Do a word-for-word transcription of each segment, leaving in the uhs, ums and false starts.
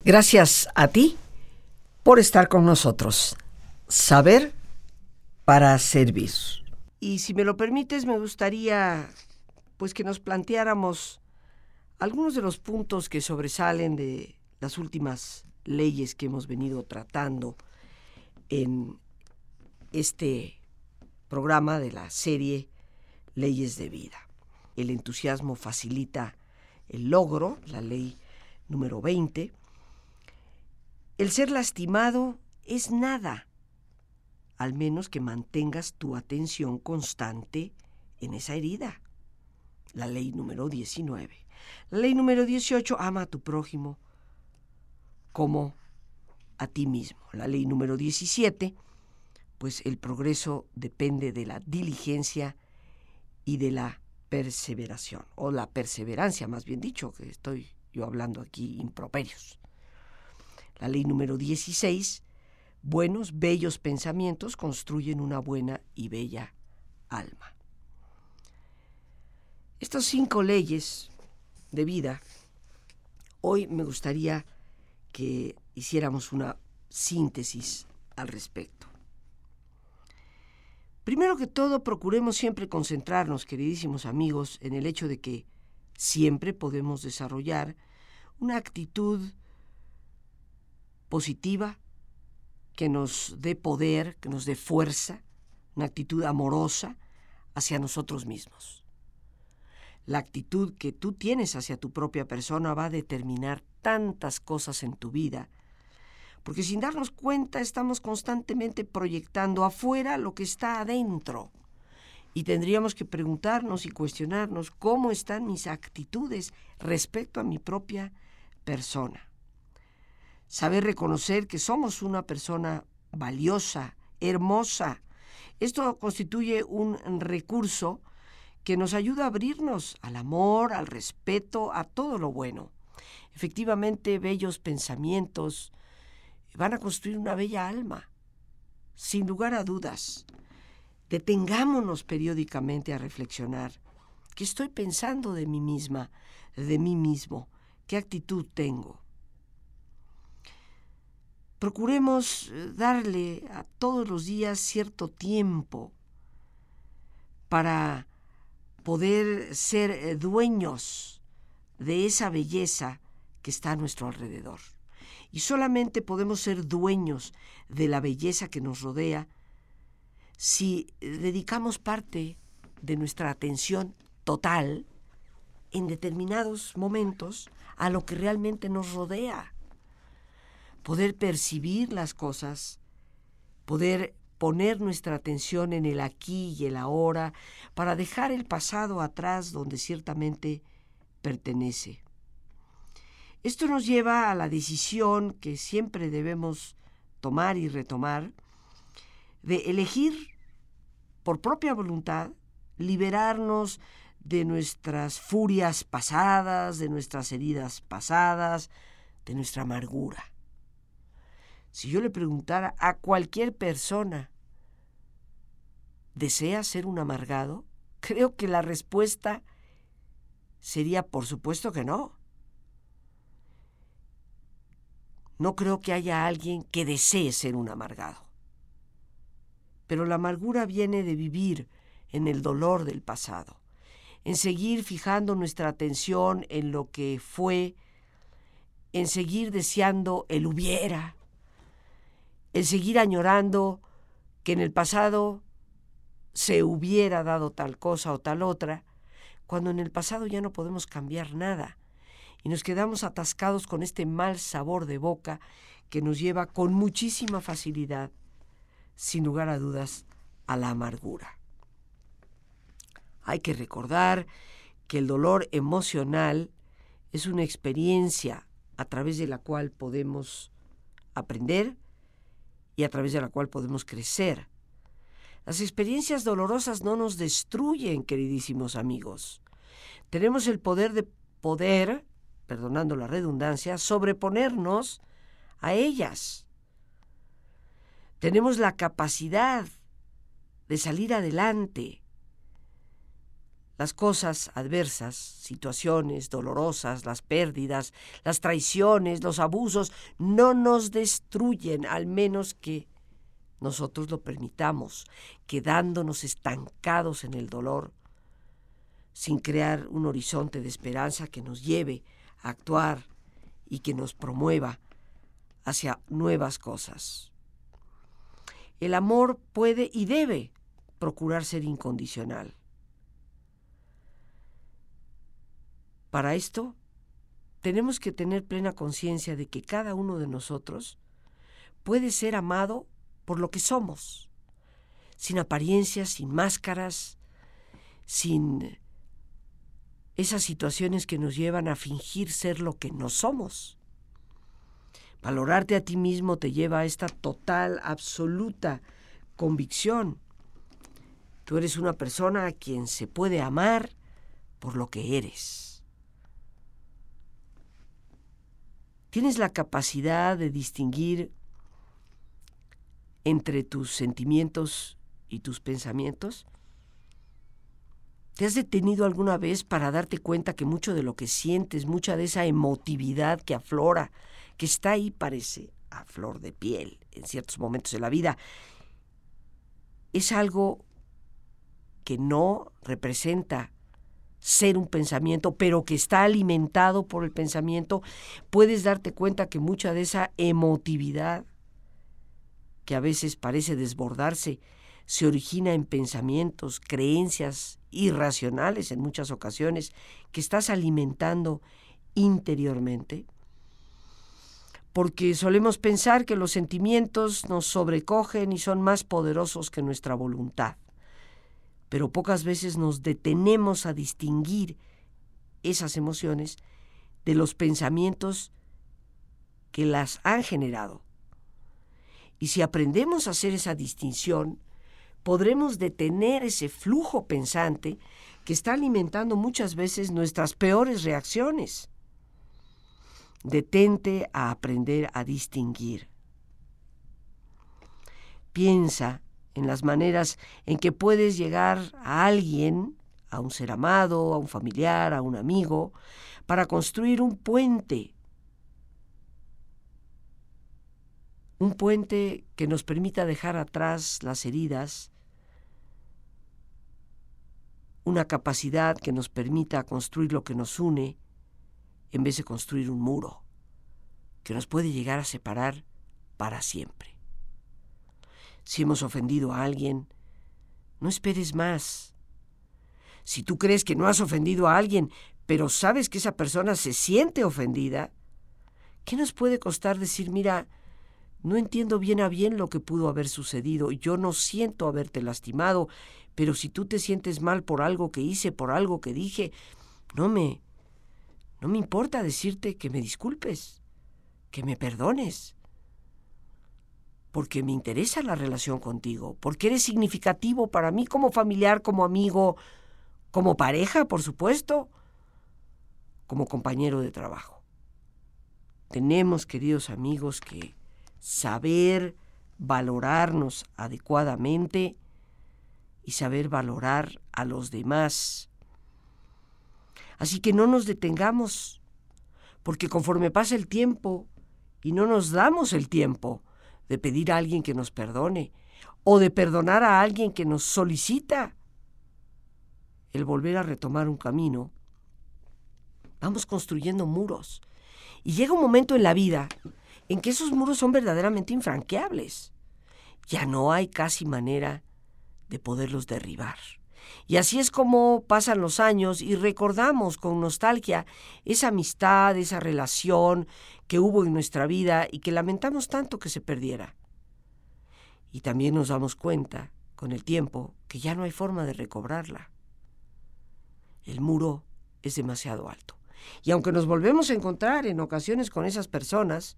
Gracias a ti por estar con nosotros. Saber para servir. Y si me lo permites, me gustaría pues que nos planteáramos algunos de los puntos que sobresalen de las últimas leyes que hemos venido tratando en este programa de la serie Leyes de Vida. El entusiasmo facilita el logro, la ley número veinte. El ser lastimado es nada, al menos que mantengas tu atención constante en esa herida. La ley número diecinueve. La ley número dieciocho, ama a tu prójimo como a ti mismo. La ley número diecisiete, pues el progreso depende de la diligencia y de la perseveración, o la perseverancia, más bien dicho, que estoy yo hablando aquí improperios. La ley número dieciséis, buenos, bellos pensamientos construyen una buena y bella alma. Estas cinco leyes de vida, hoy me gustaría que hiciéramos una síntesis al respecto. Primero que todo, procuremos siempre concentrarnos, queridísimos amigos, en el hecho de que siempre podemos desarrollar una actitud positiva que nos dé poder, que nos dé fuerza, una actitud amorosa hacia nosotros mismos. La actitud que tú tienes hacia tu propia persona va a determinar tantas cosas en tu vida, porque sin darnos cuenta estamos constantemente proyectando afuera lo que está adentro. Y tendríamos que preguntarnos y cuestionarnos cómo están mis actitudes respecto a mi propia persona. Saber reconocer que somos una persona valiosa, hermosa. Esto constituye un recurso que nos ayuda a abrirnos al amor, al respeto, a todo lo bueno. Efectivamente, bellos pensamientos van a construir una bella alma, sin lugar a dudas. Detengámonos periódicamente a reflexionar. ¿Qué estoy pensando de mí misma, de mí mismo? ¿Qué actitud tengo? Procuremos darle a todos los días cierto tiempo para poder ser dueños de esa belleza que está a nuestro alrededor. Y solamente podemos ser dueños de la belleza que nos rodea si dedicamos parte de nuestra atención total en determinados momentos a lo que realmente nos rodea. Poder percibir las cosas, poder poner nuestra atención en el aquí y el ahora para dejar el pasado atrás donde ciertamente pertenece. Esto nos lleva a la decisión que siempre debemos tomar y retomar de elegir por propia voluntad liberarnos de nuestras furias pasadas, de nuestras heridas pasadas, de nuestra amargura. Si yo le preguntara a cualquier persona, ¿desea ser un amargado? Creo que la respuesta sería por supuesto que no. No creo que haya alguien que desee ser un amargado. Pero la amargura viene de vivir en el dolor del pasado, en seguir fijando nuestra atención en lo que fue, en seguir deseando el hubiera, en seguir añorando que en el pasado se hubiera dado tal cosa o tal otra, cuando en el pasado ya no podemos cambiar nada y nos quedamos atascados con este mal sabor de boca que nos lleva con muchísima facilidad, sin lugar a dudas, a la amargura. Hay que recordar que el dolor emocional es una experiencia a través de la cual podemos aprender y a través de la cual podemos crecer. Las experiencias dolorosas no nos destruyen, queridísimos amigos. Tenemos el poder de poder, perdonando la redundancia, sobreponernos a ellas. Tenemos la capacidad de salir adelante, Las cosas adversas, situaciones dolorosas, las pérdidas, las traiciones, los abusos, no nos destruyen, al menos que nosotros lo permitamos, quedándonos estancados en el dolor, sin crear un horizonte de esperanza que nos lleve a actuar y que nos promueva hacia nuevas cosas. El amor puede y debe procurar ser incondicional. Para esto, tenemos que tener plena conciencia de que cada uno de nosotros puede ser amado por lo que somos, sin apariencias, sin máscaras, sin esas situaciones que nos llevan a fingir ser lo que no somos. Valorarte a ti mismo te lleva a esta total, absoluta convicción. Tú eres una persona a quien se puede amar por lo que eres. Tienes la capacidad de distinguir entre tus sentimientos y tus pensamientos. ¿Te has detenido alguna vez para darte cuenta que mucho de lo que sientes, mucha de esa emotividad que aflora, que está ahí, parece a flor de piel en ciertos momentos de la vida, es algo que no representa ser un pensamiento, pero que está alimentado por el pensamiento? Puedes darte cuenta que mucha de esa emotividad, que a veces parece desbordarse, se origina en pensamientos, creencias irracionales en muchas ocasiones, que estás alimentando interiormente. Porque solemos pensar que los sentimientos nos sobrecogen y son más poderosos que nuestra voluntad. Pero pocas veces nos detenemos a distinguir esas emociones de los pensamientos que las han generado. Y si aprendemos a hacer esa distinción, podremos detener ese flujo pensante que está alimentando muchas veces nuestras peores reacciones. Detente a aprender a distinguir. Piensa en las maneras en que puedes llegar a alguien, a un ser amado, a un familiar, a un amigo, para construir un puente. Un puente que nos permita dejar atrás las heridas, una capacidad que nos permita construir lo que nos une, en vez de construir un muro que nos puede llegar a separar para siempre. Si hemos ofendido a alguien, no esperes más. Si tú crees que no has ofendido a alguien, pero sabes que esa persona se siente ofendida, ¿qué nos puede costar decir, mira, no entiendo bien a bien lo que pudo haber sucedido, yo no siento haberte lastimado, pero si tú te sientes mal por algo que hice, por algo que dije, no me, no me importa decirte que me disculpes, que me perdones, porque me interesa la relación contigo, porque eres significativo para mí como familiar, como amigo, como pareja, por supuesto, como compañero de trabajo. Tenemos, queridos amigos, que saber valorarnos adecuadamente y saber valorar a los demás. Así que no nos detengamos, porque conforme pasa el tiempo y no nos damos el tiempo de pedir a alguien que nos perdone o de perdonar a alguien que nos solicita el volver a retomar un camino, vamos construyendo muros. Y llega un momento en la vida en que esos muros son verdaderamente infranqueables. Ya no hay casi manera de poderlos derribar. Y así es como pasan los años y recordamos con nostalgia esa amistad, esa relación que hubo en nuestra vida y que lamentamos tanto que se perdiera. Y también nos damos cuenta, con el tiempo, que ya no hay forma de recobrarla. El muro es demasiado alto. Y aunque nos volvemos a encontrar en ocasiones con esas personas,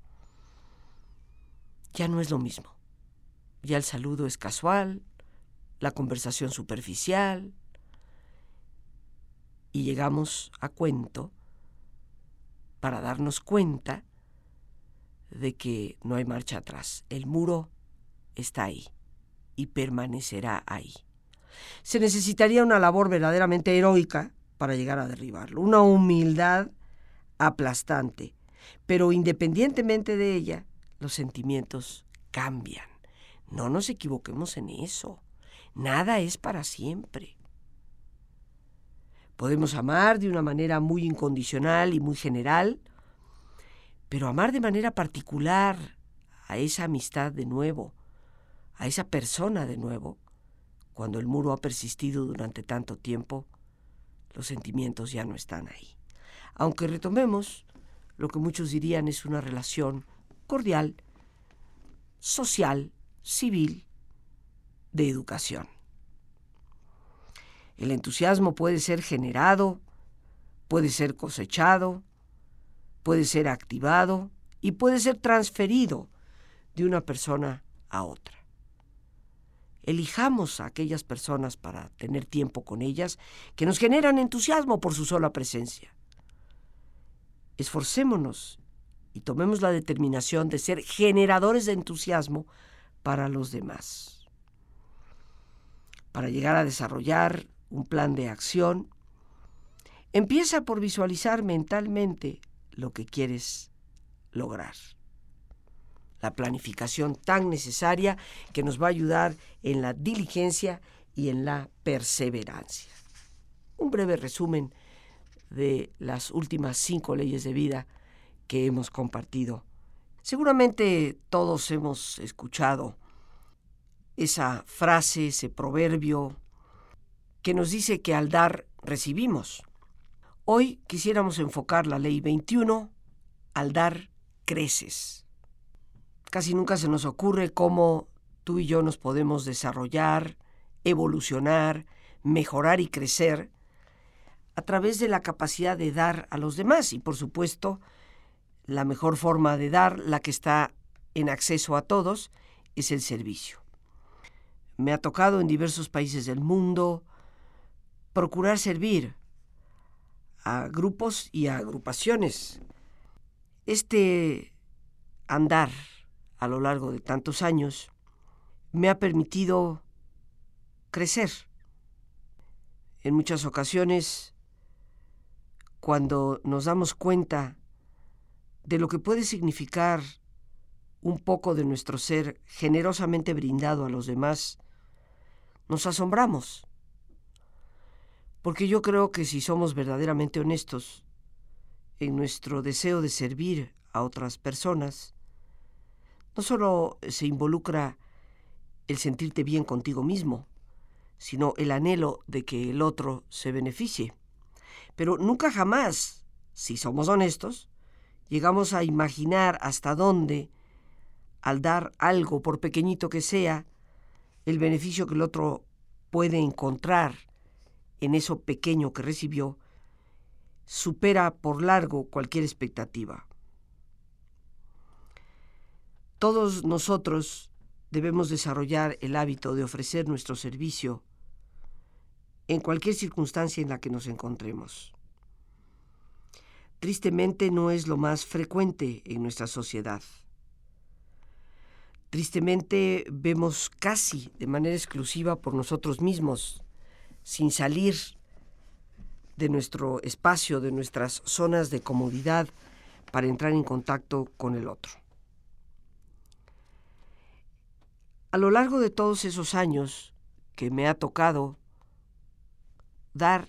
ya no es lo mismo. Ya el saludo es casual, la conversación superficial, y llegamos a cuento para darnos cuenta de que no hay marcha atrás. El muro está ahí y permanecerá ahí. Se necesitaría una labor verdaderamente heroica para llegar a derribarlo, una humildad aplastante. Pero independientemente de ella, los sentimientos cambian. No nos equivoquemos en eso. Nada es para siempre. Podemos amar de una manera muy incondicional y muy general, pero amar de manera particular a esa amistad de nuevo, a esa persona de nuevo, cuando el muro ha persistido durante tanto tiempo, los sentimientos ya no están ahí. Aunque retomemos lo que muchos dirían es una relación cordial, social, civil, de educación. El entusiasmo puede ser generado, puede ser cosechado, puede ser activado y puede ser transferido de una persona a otra. Elijamos a aquellas personas para tener tiempo con ellas que nos generan entusiasmo por su sola presencia. Esforcémonos y tomemos la determinación de ser generadores de entusiasmo para los demás. Para llegar a desarrollar un plan de acción, empieza por visualizar mentalmente lo que quieres lograr. La planificación tan necesaria que nos va a ayudar en la diligencia y en la perseverancia. Un breve resumen de las últimas cinco leyes de vida que hemos compartido. Seguramente todos hemos escuchado esa frase, ese proverbio que nos dice que al dar recibimos. Hoy quisiéramos enfocar la ley veintiuno, al dar creces. Casi nunca se nos ocurre cómo tú y yo nos podemos desarrollar, evolucionar, mejorar y crecer a través de la capacidad de dar a los demás. Y por supuesto, la mejor forma de dar, la que está en acceso a todos, es el servicio. Me ha tocado en diversos países del mundo procurar servir a grupos y a agrupaciones. Este andar a lo largo de tantos años me ha permitido crecer. En muchas ocasiones, cuando nos damos cuenta de lo que puede significar un poco de nuestro ser generosamente brindado a los demás, nos asombramos. Porque yo creo que si somos verdaderamente honestos en nuestro deseo de servir a otras personas, no solo se involucra el sentirte bien contigo mismo, sino el anhelo de que el otro se beneficie. Pero nunca jamás, si somos honestos, llegamos a imaginar hasta dónde, al dar algo, por pequeñito que sea, el beneficio que el otro puede encontrar en eso pequeño que recibió, supera por largo cualquier expectativa. Todos nosotros debemos desarrollar el hábito de ofrecer nuestro servicio en cualquier circunstancia en la que nos encontremos. Tristemente no es lo más frecuente en nuestra sociedad. Tristemente vemos casi de manera exclusiva por nosotros mismos, sin salir de nuestro espacio, de nuestras zonas de comodidad para entrar en contacto con el otro. A lo largo de todos esos años que me ha tocado dar,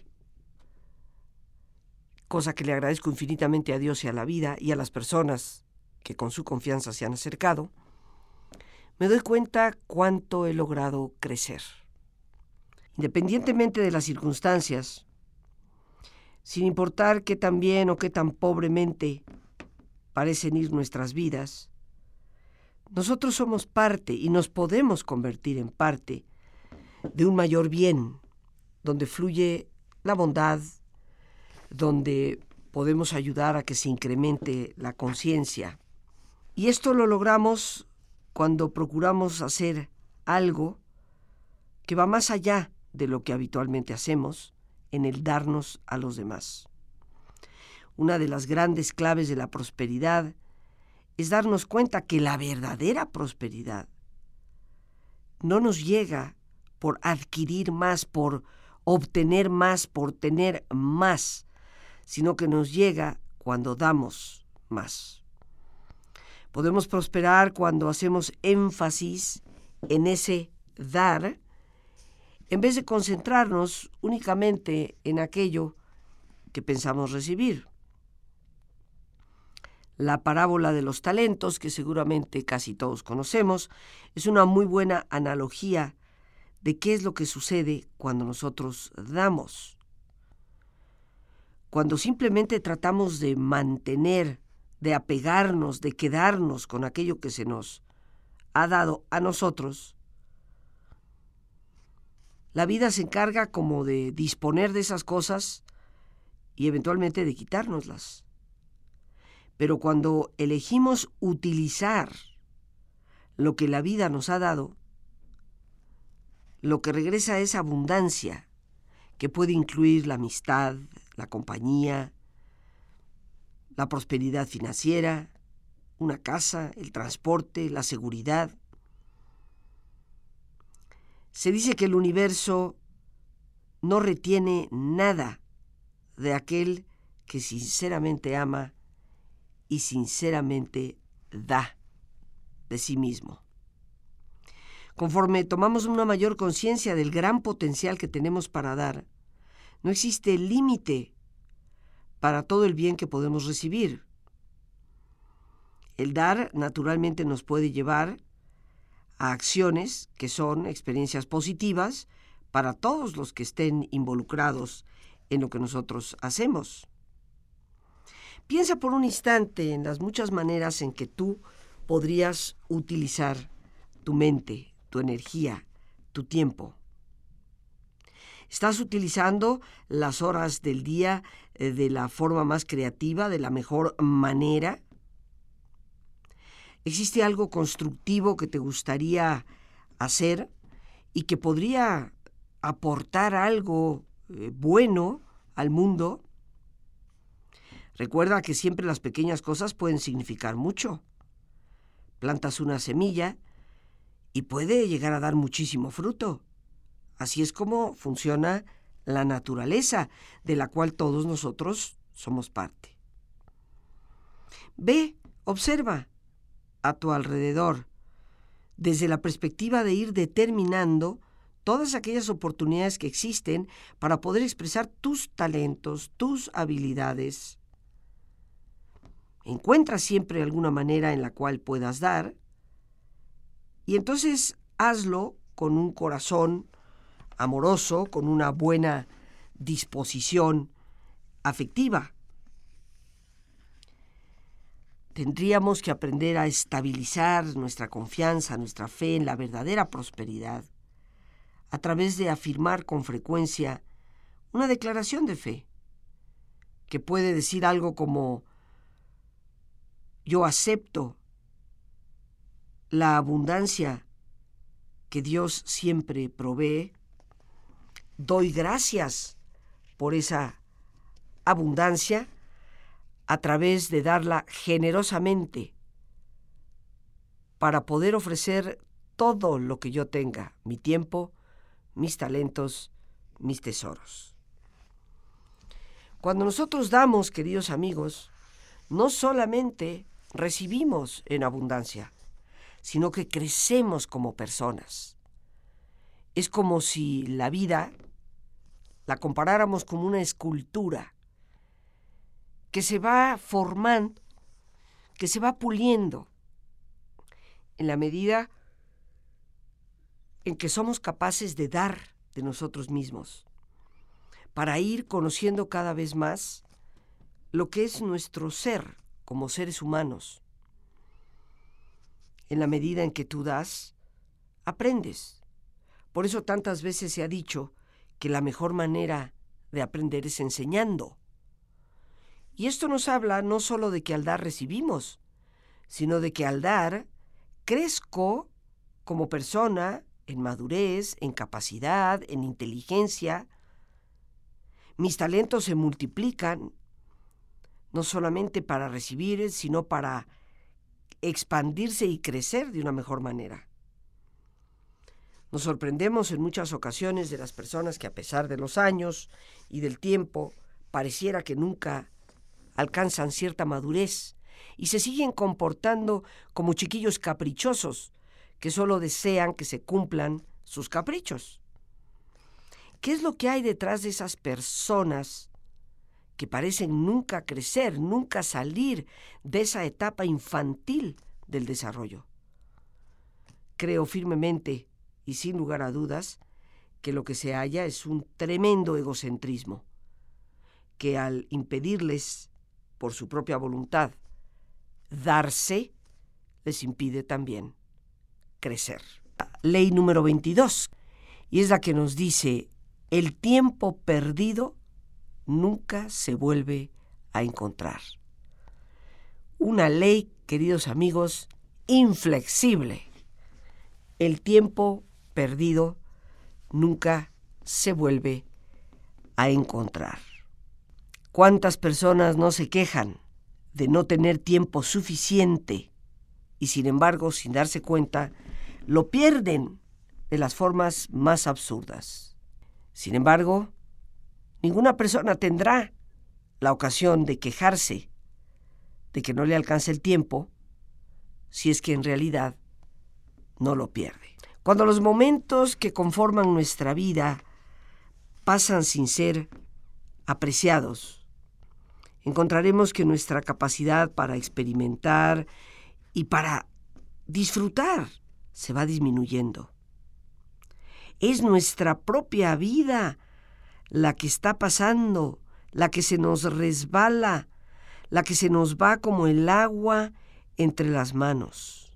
cosa que le agradezco infinitamente a Dios y a la vida y a las personas que con su confianza se han acercado, me doy cuenta cuánto he logrado crecer. Independientemente de las circunstancias, sin importar qué tan bien o qué tan pobremente parecen ir nuestras vidas, nosotros somos parte y nos podemos convertir en parte de un mayor bien, donde fluye la bondad, donde podemos ayudar a que se incremente la conciencia. Y esto lo logramos cuando procuramos hacer algo que va más allá de lo que habitualmente hacemos en el darnos a los demás. Una de las grandes claves de la prosperidad es darnos cuenta que la verdadera prosperidad no nos llega por adquirir más, por obtener más, por tener más, sino que nos llega cuando damos más. Podemos prosperar cuando hacemos énfasis en ese dar, en vez de concentrarnos únicamente en aquello que pensamos recibir. La parábola de los talentos, que seguramente casi todos conocemos, es una muy buena analogía de qué es lo que sucede cuando nosotros damos. Cuando simplemente tratamos de mantener, de apegarnos, de quedarnos con aquello que se nos ha dado a nosotros, la vida se encarga como de disponer de esas cosas y eventualmente de quitárnoslas. Pero cuando elegimos utilizar lo que la vida nos ha dado, lo que regresa es abundancia, que puede incluir la amistad, la compañía, la prosperidad financiera, una casa, el transporte, la seguridad. Se dice que el universo no retiene nada de aquel que sinceramente ama y sinceramente da de sí mismo. Conforme tomamos una mayor conciencia del gran potencial que tenemos para dar, no existe límite para todo el bien que podemos recibir. El dar naturalmente nos puede llevar a acciones que son experiencias positivas para todos los que estén involucrados en lo que nosotros hacemos. Piensa por un instante en las muchas maneras en que tú podrías utilizar tu mente, tu energía, tu tiempo. ¿Estás utilizando las horas del día eh, de la forma más creativa, de la mejor manera? ¿Existe algo constructivo que te gustaría hacer y que podría aportar algo eh, bueno al mundo? Recuerda que siempre las pequeñas cosas pueden significar mucho. Plantas una semilla y puede llegar a dar muchísimo fruto. Así es como funciona la naturaleza, de la cual todos nosotros somos parte. Ve, observa a tu alrededor, desde la perspectiva de ir determinando todas aquellas oportunidades que existen para poder expresar tus talentos, tus habilidades. Encuentra siempre alguna manera en la cual puedas dar y entonces hazlo con un corazón amoroso, con una buena disposición afectiva. Tendríamos que aprender a estabilizar nuestra confianza, nuestra fe en la verdadera prosperidad a través de afirmar con frecuencia una declaración de fe que puede decir algo como: yo acepto la abundancia que Dios siempre provee, doy gracias por esa abundancia a través de darla generosamente para poder ofrecer todo lo que yo tenga, mi tiempo, mis talentos, mis tesoros. Cuando nosotros damos, queridos amigos, no solamente recibimos en abundancia, sino que crecemos como personas. Es como si la vida la comparáramos como una escultura que se va formando, que se va puliendo en la medida en que somos capaces de dar de nosotros mismos, para ir conociendo cada vez más lo que es nuestro ser como seres humanos. En la medida en que tú das, aprendes. Por eso tantas veces se ha dicho que la mejor manera de aprender es enseñando. Y esto nos habla no solo de que al dar recibimos, sino de que al dar crezco como persona en madurez, en capacidad, en inteligencia. Mis talentos se multiplican, no solamente para recibir, sino para expandirse y crecer de una mejor manera. Nos sorprendemos en muchas ocasiones de las personas que, a pesar de los años y del tiempo, pareciera que nunca alcanzan cierta madurez y se siguen comportando como chiquillos caprichosos que solo desean que se cumplan sus caprichos. ¿Qué es lo que hay detrás de esas personas que parecen nunca crecer, nunca salir de esa etapa infantil del desarrollo? Creo firmemente y sin lugar a dudas que lo que se halla es un tremendo egocentrismo que, al impedirles por su propia voluntad darse, les impide también crecer. Ley número veintidós, y es la que nos dice: el tiempo perdido nunca se vuelve a encontrar. Una ley, queridos amigos, inflexible. El tiempo perdido nunca se vuelve a encontrar. ¿Cuántas personas no se quejan de no tener tiempo suficiente y, sin embargo, sin darse cuenta, lo pierden de las formas más absurdas? Sin embargo, ninguna persona tendrá la ocasión de quejarse de que no le alcance el tiempo si es que en realidad no lo pierde. Cuando los momentos que conforman nuestra vida pasan sin ser apreciados, encontraremos que nuestra capacidad para experimentar y para disfrutar se va disminuyendo. Es nuestra propia vida la que está pasando, la que se nos resbala, la que se nos va como el agua entre las manos.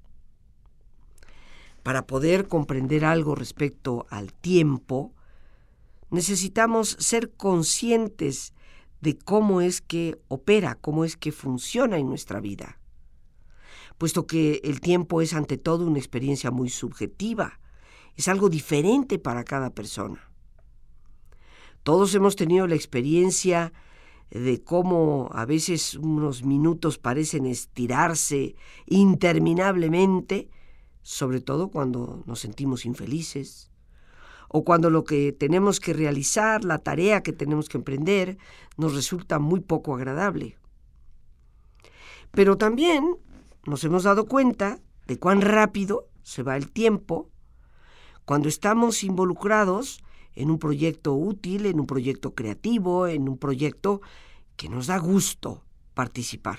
Para poder comprender algo respecto al tiempo, necesitamos ser conscientes de cómo es que opera, cómo es que funciona en nuestra vida, puesto que el tiempo es ante todo una experiencia muy subjetiva, es algo diferente para cada persona. Todos hemos tenido la experiencia de cómo a veces unos minutos parecen estirarse interminablemente, sobre todo cuando nos sentimos infelices, o cuando lo que tenemos que realizar, la tarea que tenemos que emprender, nos resulta muy poco agradable. Pero también nos hemos dado cuenta de cuán rápido se va el tiempo cuando estamos involucrados en un proyecto útil, en un proyecto creativo, en un proyecto que nos da gusto participar.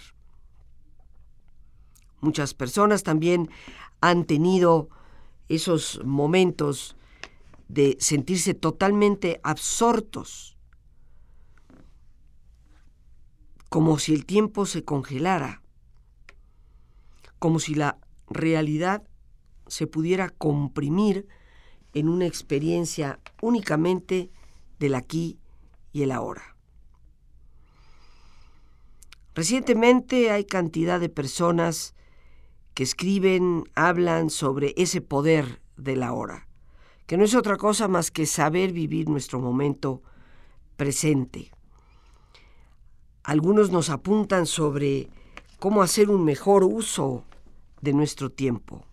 Muchas personas también han tenido esos momentos de sentirse totalmente absortos, como si el tiempo se congelara, como si la realidad se pudiera comprimir en una experiencia únicamente del aquí y el ahora. Recientemente hay cantidad de personas que escriben, hablan sobre ese poder del ahora, que no es otra cosa más que saber vivir nuestro momento presente. Algunos nos apuntan sobre cómo hacer un mejor uso de nuestro tiempo.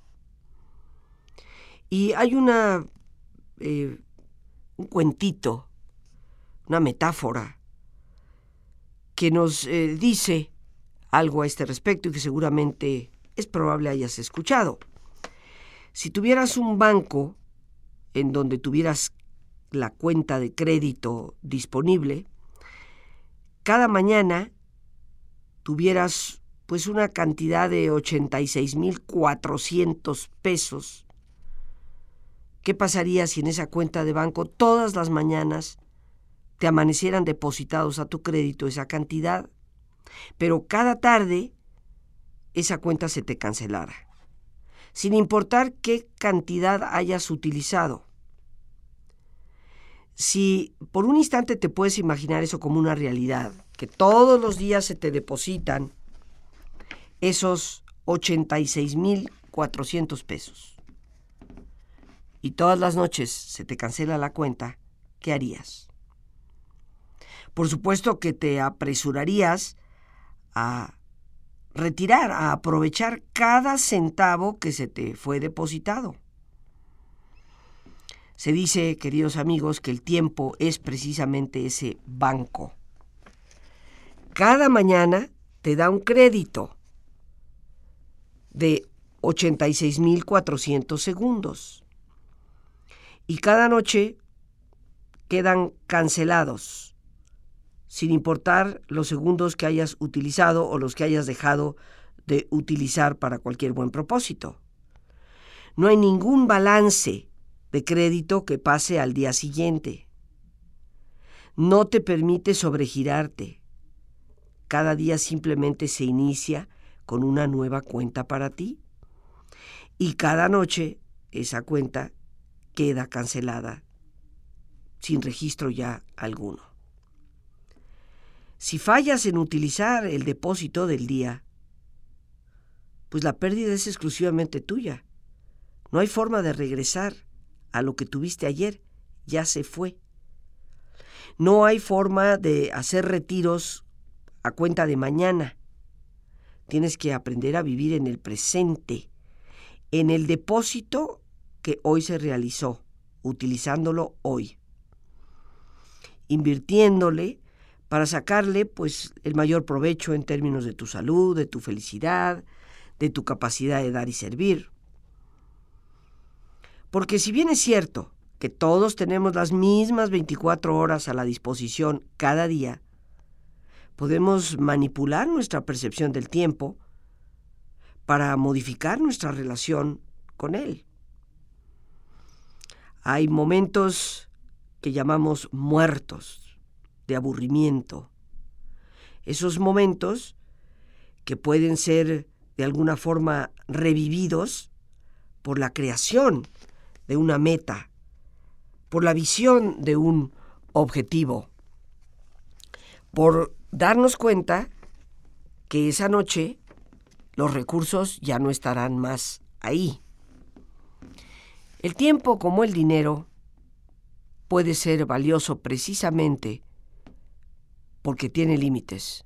Y hay una, eh, un cuentito, una metáfora, que nos eh, dice algo a este respecto y que seguramente es probable hayas escuchado. Si tuvieras un banco en donde tuvieras la cuenta de crédito disponible, cada mañana tuvieras pues una cantidad de ochenta y seis mil cuatrocientos pesos, ¿qué pasaría si en esa cuenta de banco todas las mañanas te amanecieran depositados a tu crédito esa cantidad, pero cada tarde esa cuenta se te cancelara, sin importar qué cantidad hayas utilizado? Si por un instante te puedes imaginar eso como una realidad, que todos los días se te depositan esos ochenta y seis mil cuatrocientos pesos y todas las noches se te cancela la cuenta, ¿qué harías? Por supuesto que te apresurarías a retirar, a aprovechar cada centavo que se te fue depositado. Se dice, queridos amigos, que el tiempo es precisamente ese banco. Cada mañana te da un crédito de ochenta y seis mil cuatrocientos segundos. Y cada noche quedan cancelados, sin importar los segundos que hayas utilizado o los que hayas dejado de utilizar para cualquier buen propósito. No hay ningún balance de crédito que pase al día siguiente. No te permite sobregirarte. Cada día simplemente se inicia con una nueva cuenta para ti. Y cada noche esa cuenta queda cancelada, sin registro ya alguno. Si fallas en utilizar el depósito del día, pues la pérdida es exclusivamente tuya. No hay forma de regresar a lo que tuviste ayer, ya se fue. No hay forma de hacer retiros a cuenta de mañana. Tienes que aprender a vivir en el presente, en el depósito que hoy se realizó, utilizándolo hoy, invirtiéndole para sacarle pues el mayor provecho en términos de tu salud, de tu felicidad, de tu capacidad de dar y servir. Porque si bien es cierto que todos tenemos las mismas veinticuatro horas a la disposición cada día, podemos manipular nuestra percepción del tiempo para modificar nuestra relación con él. Hay momentos que llamamos muertos, de aburrimiento. Esos momentos que pueden ser de alguna forma revividos por la creación de una meta, por la visión de un objetivo, por darnos cuenta que esa noche los recursos ya no estarán más ahí. El tiempo, como el dinero, puede ser valioso precisamente porque tiene límites.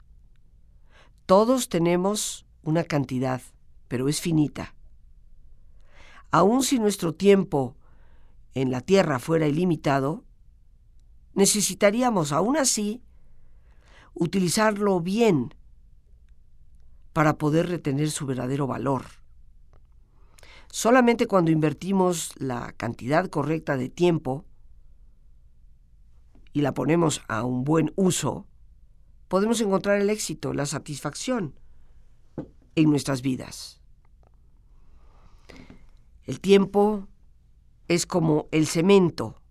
Todos tenemos una cantidad, pero es finita. Aun si nuestro tiempo en la Tierra fuera ilimitado, necesitaríamos aún así utilizarlo bien para poder retener su verdadero valor. Solamente cuando invertimos la cantidad correcta de tiempo y la ponemos a un buen uso, podemos encontrar el éxito, la satisfacción en nuestras vidas. El tiempo es como el cemento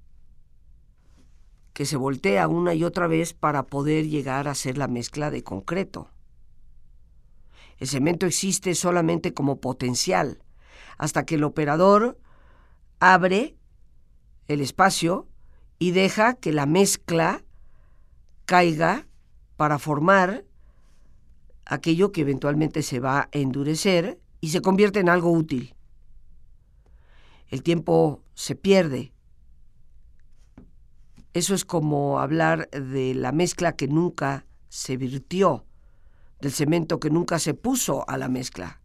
que se voltea una y otra vez para poder llegar a ser la mezcla de concreto. El cemento existe solamente como potencial, hasta que el operador abre el espacio y deja que la mezcla caiga para formar aquello que eventualmente se va a endurecer y se convierte en algo útil. El tiempo se pierde. Eso es como hablar de la mezcla que nunca se virtió, del cemento que nunca se puso a la mezcla.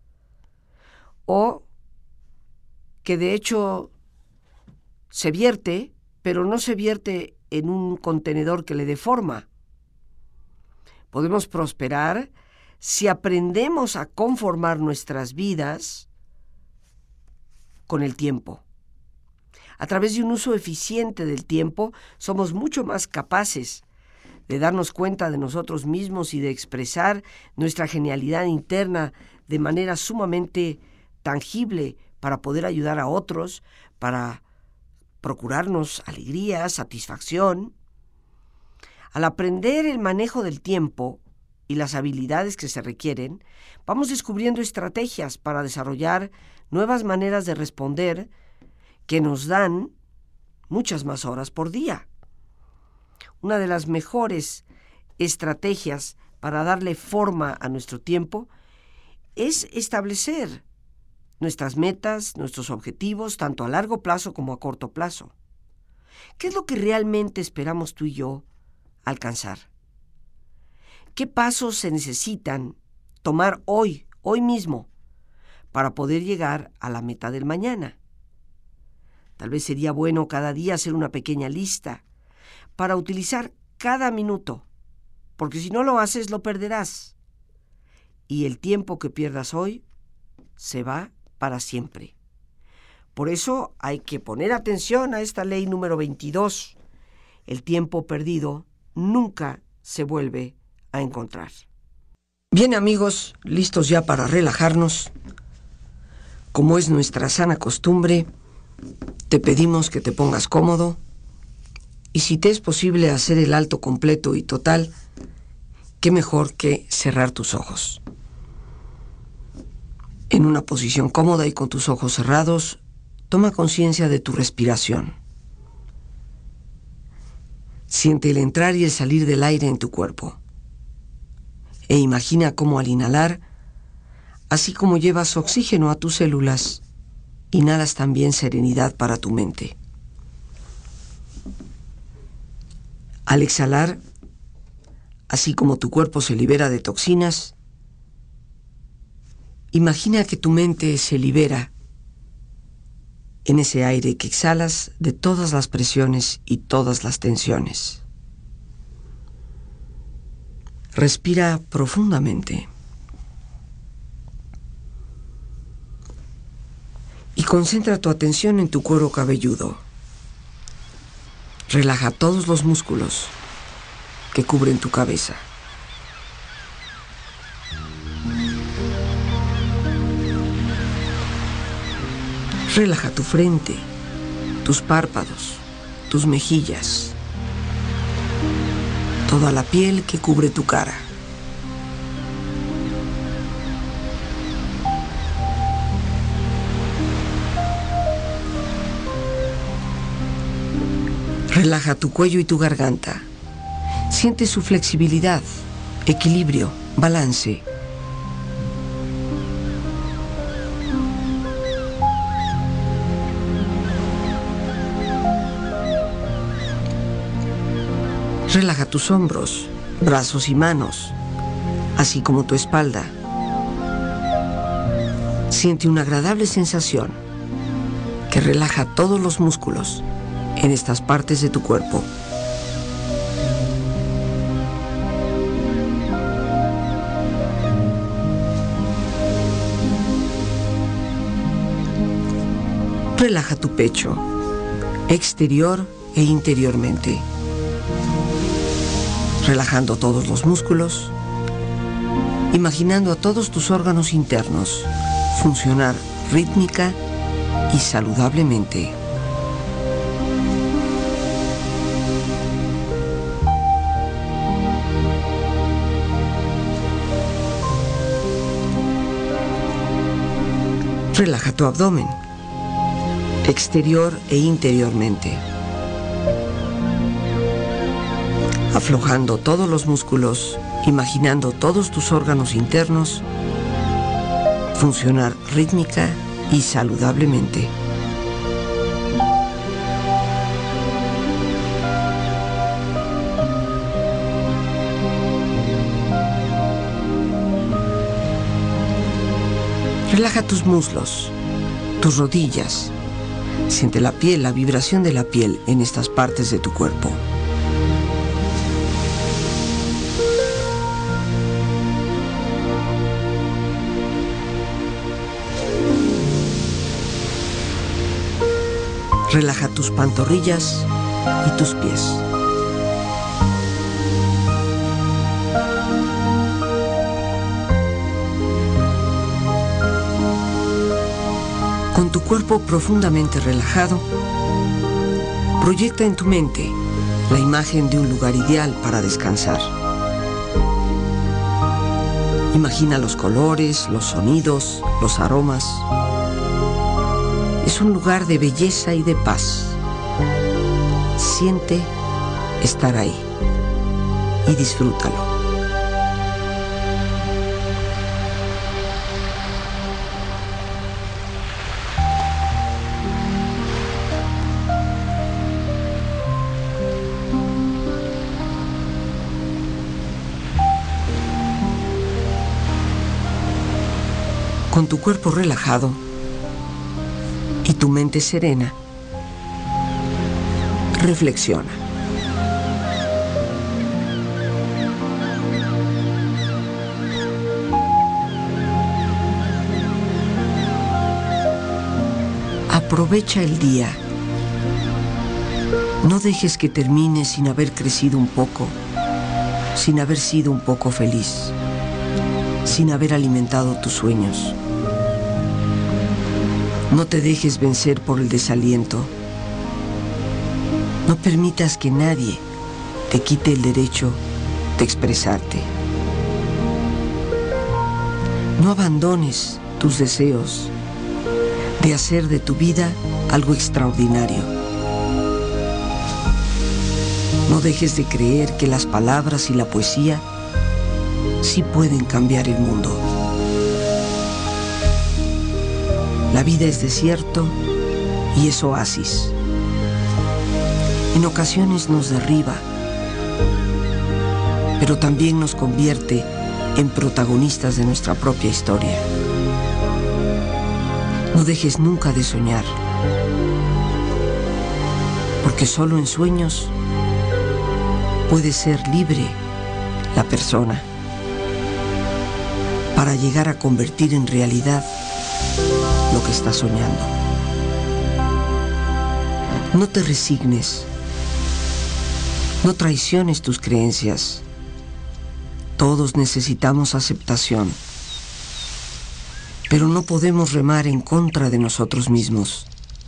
O que de hecho se vierte, pero no se vierte en un contenedor que le dé forma. Podemos prosperar si aprendemos a conformar nuestras vidas con el tiempo. A través de un uso eficiente del tiempo, somos mucho más capaces de darnos cuenta de nosotros mismos y de expresar nuestra genialidad interna de manera sumamente tangible para poder ayudar a otros, para procurarnos alegría, satisfacción. Al aprender el manejo del tiempo y las habilidades que se requieren, vamos descubriendo estrategias para desarrollar nuevas maneras de responder que nos dan muchas más horas por día. Una de las mejores estrategias para darle forma a nuestro tiempo es establecer nuestras metas, nuestros objetivos, tanto a largo plazo como a corto plazo. ¿Qué es lo que realmente esperamos tú y yo alcanzar? ¿Qué pasos se necesitan tomar hoy, hoy mismo, para poder llegar a la meta del mañana? Tal vez sería bueno cada día hacer una pequeña lista para utilizar cada minuto, porque si no lo haces lo perderás. Y el tiempo que pierdas hoy se va para siempre. Por eso hay que poner atención a esta ley número veintidós. El tiempo perdido nunca se vuelve a encontrar. Bien, amigos, listos ya para relajarnos. Como es nuestra sana costumbre, te pedimos que te pongas cómodo y si te es posible hacer el alto completo y total, qué mejor que cerrar tus ojos. En una posición cómoda y con tus ojos cerrados, toma conciencia de tu respiración. Siente el entrar y el salir del aire en tu cuerpo. E imagina cómo al inhalar, así como llevas oxígeno a tus células, inhalas también serenidad para tu mente. Al exhalar, así como tu cuerpo se libera de toxinas, imagina que tu mente se libera en ese aire que exhalas de todas las presiones y todas las tensiones. Respira profundamente y concentra tu atención en tu cuero cabelludo. Relaja todos los músculos que cubren tu cabeza. Relaja tu frente, tus párpados, tus mejillas, toda la piel que cubre tu cara. Relaja tu cuello y tu garganta. Siente su flexibilidad, equilibrio, balance. Relaja tus hombros, brazos y manos, así como tu espalda. Siente una agradable sensación que relaja todos los músculos en estas partes de tu cuerpo. Relaja tu pecho, exterior e interiormente, relajando todos los músculos, imaginando a todos tus órganos internos funcionar rítmica y saludablemente. Relaja tu abdomen, exterior e interiormente, aflojando todos los músculos, imaginando todos tus órganos internos funcionar rítmica y saludablemente. Relaja tus muslos, tus rodillas. Siente la piel, la vibración de la piel en estas partes de tu cuerpo. Relaja tus pantorrillas y tus pies. Con tu cuerpo profundamente relajado, proyecta en tu mente la imagen de un lugar ideal para descansar. Imagina los colores, los sonidos, los aromas. Es un lugar de belleza y de paz. Siente estar ahí y disfrútalo. Con tu cuerpo relajado y tu mente serena, Reflexiona. Aprovecha el día. No dejes que termine sin haber crecido un poco, sin haber sido un poco feliz, sin haber alimentado tus sueños. No te dejes vencer por el desaliento. No permitas que nadie te quite el derecho de expresarte. No abandones tus deseos de hacer de tu vida algo extraordinario. No dejes de creer que las palabras y la poesía sí pueden cambiar el mundo. La vida es desierto y es oasis. En ocasiones nos derriba, pero también nos convierte en protagonistas de nuestra propia historia. No dejes nunca de soñar, porque solo en sueños puede ser libre la persona para llegar a convertir en realidad lo que está soñando. No te resignes, no traiciones tus creencias. Todos necesitamos aceptación, pero no podemos remar en contra de nosotros mismos.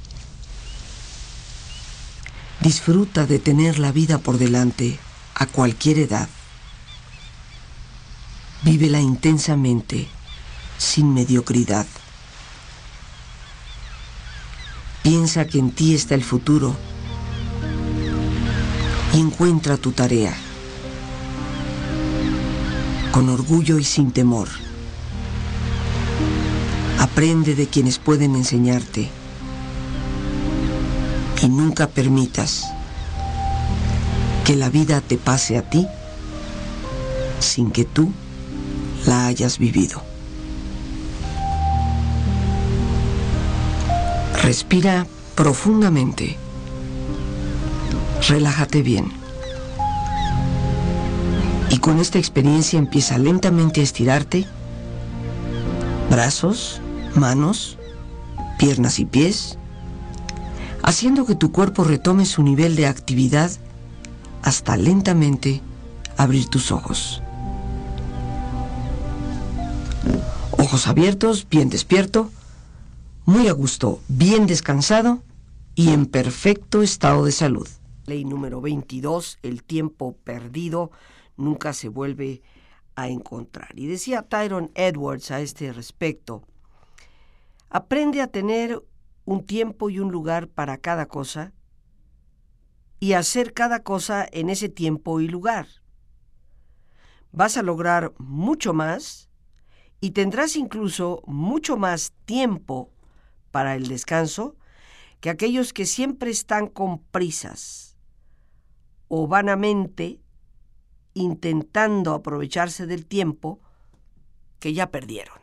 Disfruta de tener la vida por delante a cualquier edad. Vívela intensamente, sin mediocridad. Piensa que en ti está el futuro y encuentra tu tarea con orgullo y sin temor. Aprende de quienes pueden enseñarte y nunca permitas que la vida te pase a ti sin que tú la hayas vivido. Respira profundamente. Relájate bien. Y con esta experiencia empieza lentamente a estirarte. Brazos, manos, piernas y pies, haciendo que tu cuerpo retome su nivel de actividad hasta lentamente abrir tus ojos. Ojos abiertos, bien despierto, muy a gusto, bien descansado y en perfecto estado de salud. Ley número veintidós, el tiempo perdido nunca se vuelve a encontrar. Y decía Tyrone Edwards a este respecto: aprende a tener un tiempo y un lugar para cada cosa y hacer cada cosa en ese tiempo y lugar. Vas a lograr mucho más y tendrás incluso mucho más tiempo para el descanso que aquellos que siempre están con prisas o vanamente intentando aprovecharse del tiempo que ya perdieron.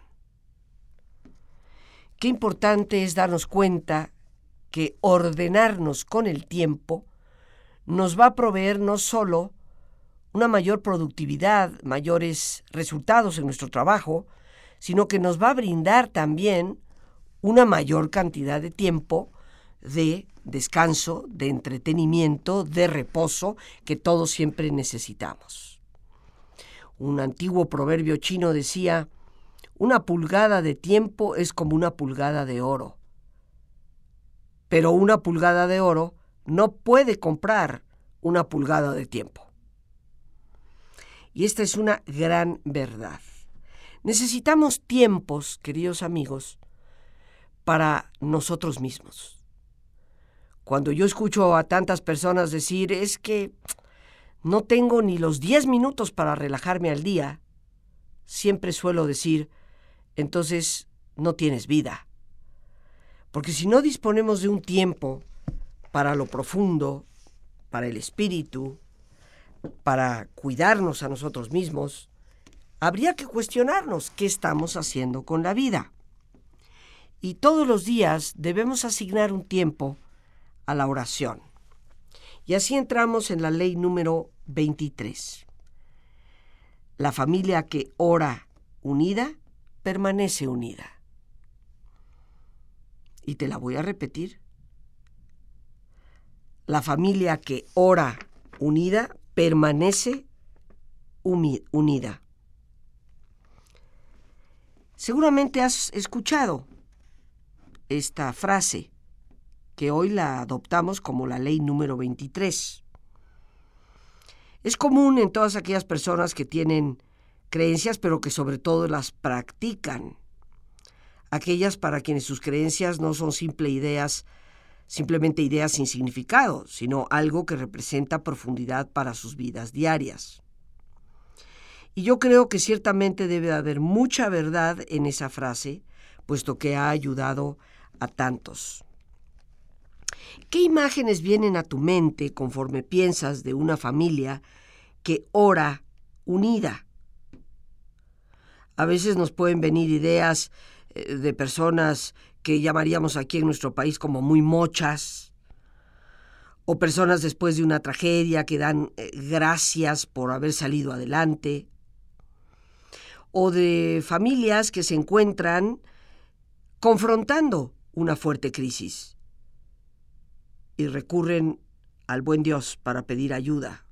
Qué importante es darnos cuenta que ordenarnos con el tiempo nos va a proveer no solo una mayor productividad, mayores resultados en nuestro trabajo, sino que nos va a brindar también una mayor cantidad de tiempo de descanso, de entretenimiento, de reposo, que todos siempre necesitamos. Un antiguo proverbio chino decía: una pulgada de tiempo es como una pulgada de oro. Pero una pulgada de oro no puede comprar una pulgada de tiempo. Y esta es una gran verdad. Necesitamos tiempos, queridos amigos, para nosotros mismos. Cuando yo escucho a tantas personas decir: es que no tengo ni los diez minutos para relajarme al día, siempre suelo decir: entonces no tienes vida. Porque si no disponemos de un tiempo para lo profundo, para el espíritu, para cuidarnos a nosotros mismos, habría que cuestionarnos qué estamos haciendo con la vida. Y todos los días debemos asignar un tiempo a la oración. Y así entramos en la ley número veintitrés. La familia que ora unida, permanece unida. Y te la voy a repetir. La familia que ora unida, permanece unida. Seguramente has escuchado esta frase, que hoy la adoptamos como la ley número veintitrés. Es común en todas aquellas personas que tienen creencias, pero que sobre todo las practican. Aquellas para quienes sus creencias no son simple ideas, simplemente ideas sin significado, sino algo que representa profundidad para sus vidas diarias. Y yo creo que ciertamente debe haber mucha verdad en esa frase, puesto que ha ayudado a tantos. ¿Qué imágenes vienen a tu mente conforme piensas de una familia que ora unida? A veces nos pueden venir ideas eh, de personas que llamaríamos aquí en nuestro país como muy mochas, o personas después de una tragedia que dan eh, gracias por haber salido adelante, o de familias que se encuentran confrontando una fuerte crisis y recurren al buen Dios para pedir ayuda.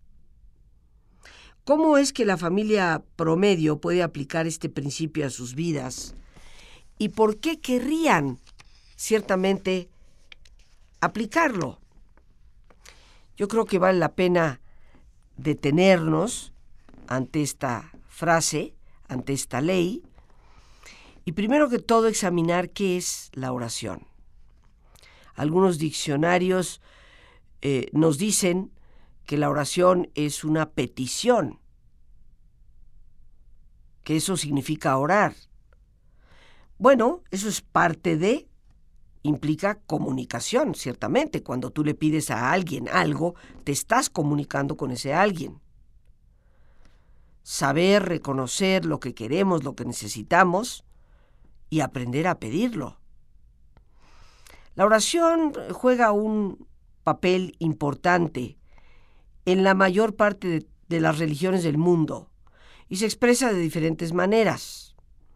¿Cómo es que la familia promedio puede aplicar este principio a sus vidas? ¿Y por qué querrían ciertamente aplicarlo? Yo creo que vale la pena detenernos ante esta frase, ante esta ley, y primero que todo examinar qué es la oración. Algunos diccionarios eh, nos dicen que la oración es una petición, que eso significa orar. Bueno, eso es parte de, implica comunicación, ciertamente. Cuando tú le pides a alguien algo, te estás comunicando con ese alguien. Saber reconocer lo que queremos, lo que necesitamos y aprender a pedirlo. La oración juega un papel importante en la mayor parte de, de las religiones del mundo y se expresa de diferentes maneras.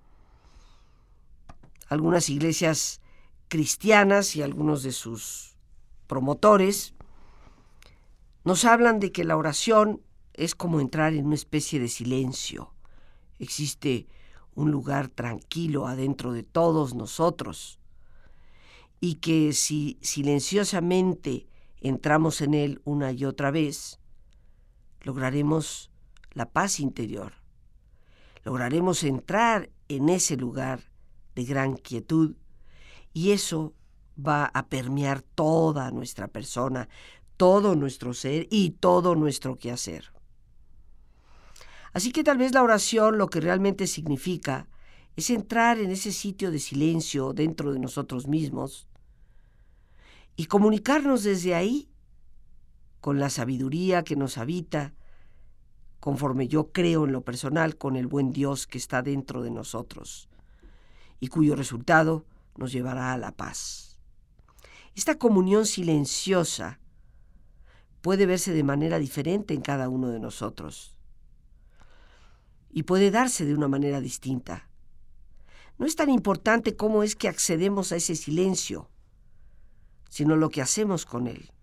Algunas iglesias cristianas y algunos de sus promotores nos hablan de que la oración es como entrar en una especie de silencio. Existe un lugar tranquilo adentro de todos nosotros y que si silenciosamente entramos en él una y otra vez, lograremos la paz interior. Lograremos entrar en ese lugar de gran quietud y eso va a permear toda nuestra persona, todo nuestro ser y todo nuestro quehacer. Así que tal vez la oración lo que realmente significa es entrar en ese sitio de silencio dentro de nosotros mismos y comunicarnos desde ahí con la sabiduría que nos habita, conforme yo creo en lo personal, con el buen Dios que está dentro de nosotros y cuyo resultado nos llevará a la paz. Esta comunión silenciosa puede verse de manera diferente en cada uno de nosotros y puede darse de una manera distinta. No es tan importante cómo es que accedemos a ese silencio, sino lo que hacemos con él.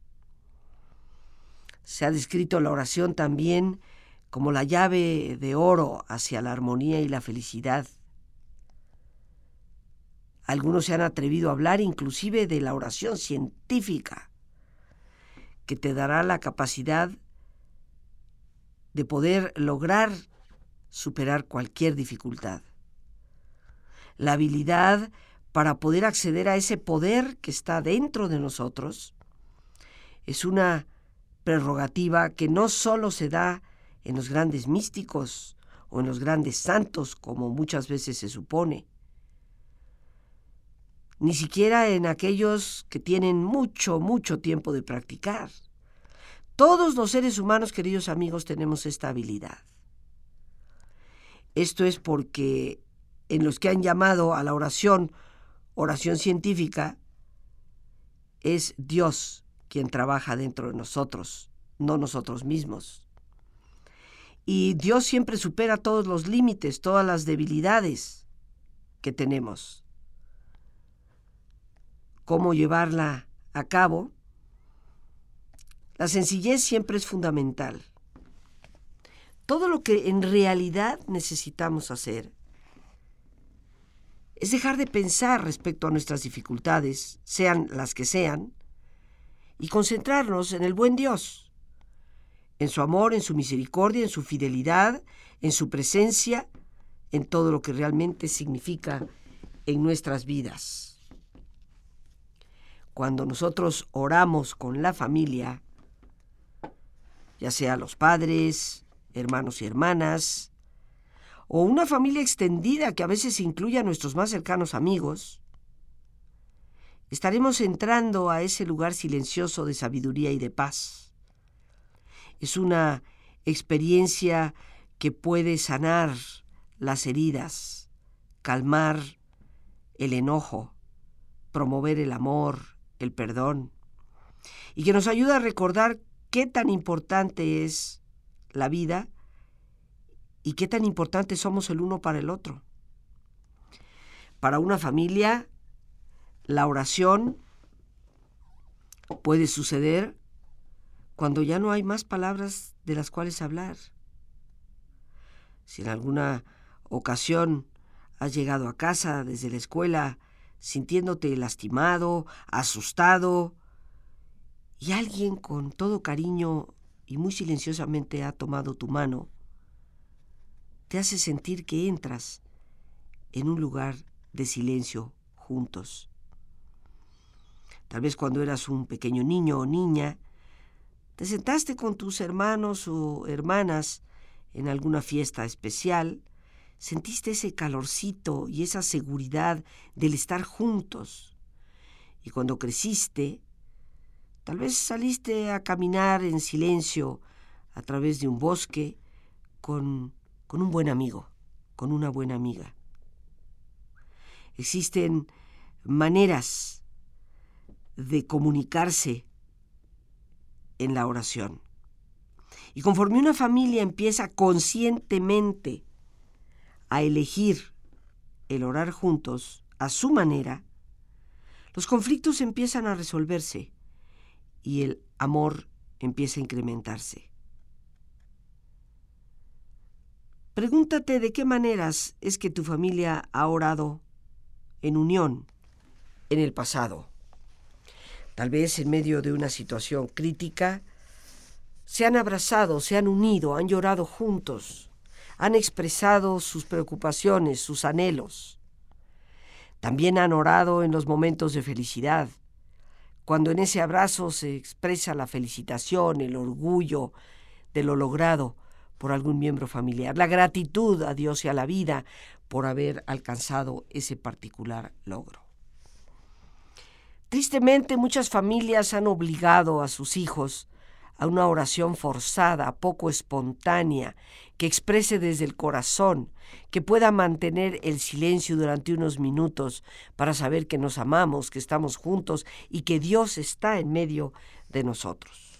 Se ha descrito la oración también como la llave de oro hacia la armonía y la felicidad. Algunos se han atrevido a hablar inclusive de la oración científica, que te dará la capacidad de poder lograr superar cualquier dificultad. La habilidad para poder acceder a ese poder que está dentro de nosotros es una prerrogativa que no solo se da en los grandes místicos o en los grandes santos, como muchas veces se supone, ni siquiera en aquellos que tienen mucho, mucho tiempo de practicar. Todos los seres humanos, queridos amigos, tenemos esta habilidad. Esto es porque en los que han llamado a la oración, oración científica, es Dios quien trabaja dentro de nosotros, no nosotros mismos. Y Dios siempre supera todos los límites, todas las debilidades que tenemos. ¿Cómo llevarla a cabo? La sencillez siempre es fundamental. Todo lo que en realidad necesitamos hacer es dejar de pensar respecto a nuestras dificultades, sean las que sean, y concentrarnos en el buen Dios, en su amor, en su misericordia, en su fidelidad, en su presencia, en todo lo que realmente significa en nuestras vidas. Cuando nosotros oramos con la familia, ya sea los padres, hermanos y hermanas, o una familia extendida que a veces incluye a nuestros más cercanos amigos, estaremos entrando a ese lugar silencioso de sabiduría y de paz. Es una experiencia que puede sanar las heridas, calmar el enojo, promover el amor, el perdón, y que nos ayuda a recordar qué tan importante es la vida y qué tan importantes somos el uno para el otro. Para una familia, la oración puede suceder cuando ya no hay más palabras de las cuales hablar. Si en alguna ocasión has llegado a casa desde la escuela sintiéndote lastimado, asustado, y alguien con todo cariño y muy silenciosamente ha tomado tu mano, te hace sentir que entras en un lugar de silencio juntos. Tal vez cuando eras un pequeño niño o niña, te sentaste con tus hermanos o hermanas en alguna fiesta especial, sentiste ese calorcito y esa seguridad del estar juntos. Y cuando creciste, tal vez saliste a caminar en silencio a través de un bosque con, con un buen amigo, con una buena amiga. Existen maneras de comunicarse en la oración. Y conforme una familia empieza conscientemente a elegir el orar juntos a su manera, los conflictos empiezan a resolverse y el amor empieza a incrementarse. Pregúntate de qué maneras es que tu familia ha orado en unión en el pasado. Tal vez en medio de una situación crítica, se han abrazado, se han unido, han llorado juntos, han expresado sus preocupaciones, sus anhelos. También han orado en los momentos de felicidad, cuando en ese abrazo se expresa la felicitación, el orgullo de lo logrado por algún miembro familiar, la gratitud a Dios y a la vida por haber alcanzado ese particular logro. Tristemente, muchas familias han obligado a sus hijos a una oración forzada, poco espontánea, que exprese desde el corazón, que pueda mantener el silencio durante unos minutos para saber que nos amamos, que estamos juntos y que Dios está en medio de nosotros.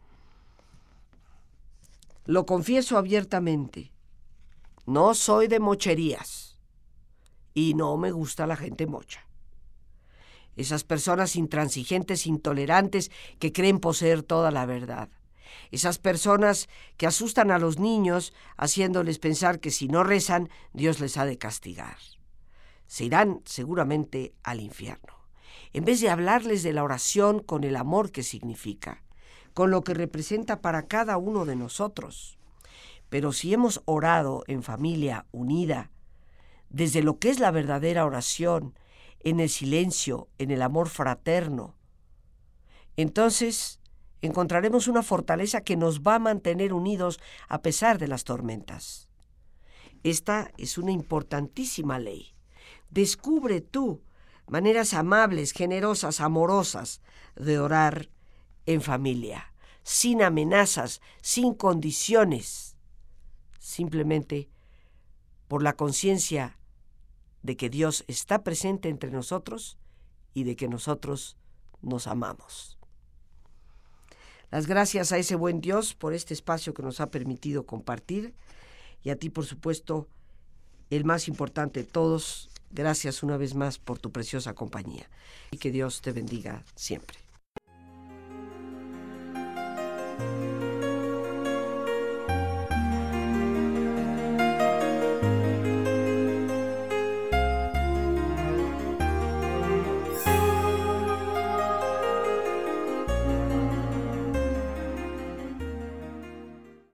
Lo confieso abiertamente, no soy de mocherías y no me gusta la gente mocha. Esas personas intransigentes, intolerantes, que creen poseer toda la verdad. Esas personas que asustan a los niños haciéndoles pensar que si no rezan, Dios les ha de castigar. Se irán seguramente al infierno. En vez de hablarles de la oración con el amor que significa, con lo que representa para cada uno de nosotros. Pero si hemos orado en familia unida, desde lo que es la verdadera oración, en el silencio, en el amor fraterno, entonces encontraremos una fortaleza que nos va a mantener unidos a pesar de las tormentas. Esta es una importantísima ley. Descubre tú maneras amables, generosas, amorosas de orar en familia, sin amenazas, sin condiciones, simplemente por la conciencia de que Dios está presente entre nosotros y de que nosotros nos amamos. Las gracias a ese buen Dios por este espacio que nos ha permitido compartir y a ti, por supuesto, el más importante de todos, gracias una vez más por tu preciosa compañía y que Dios te bendiga siempre.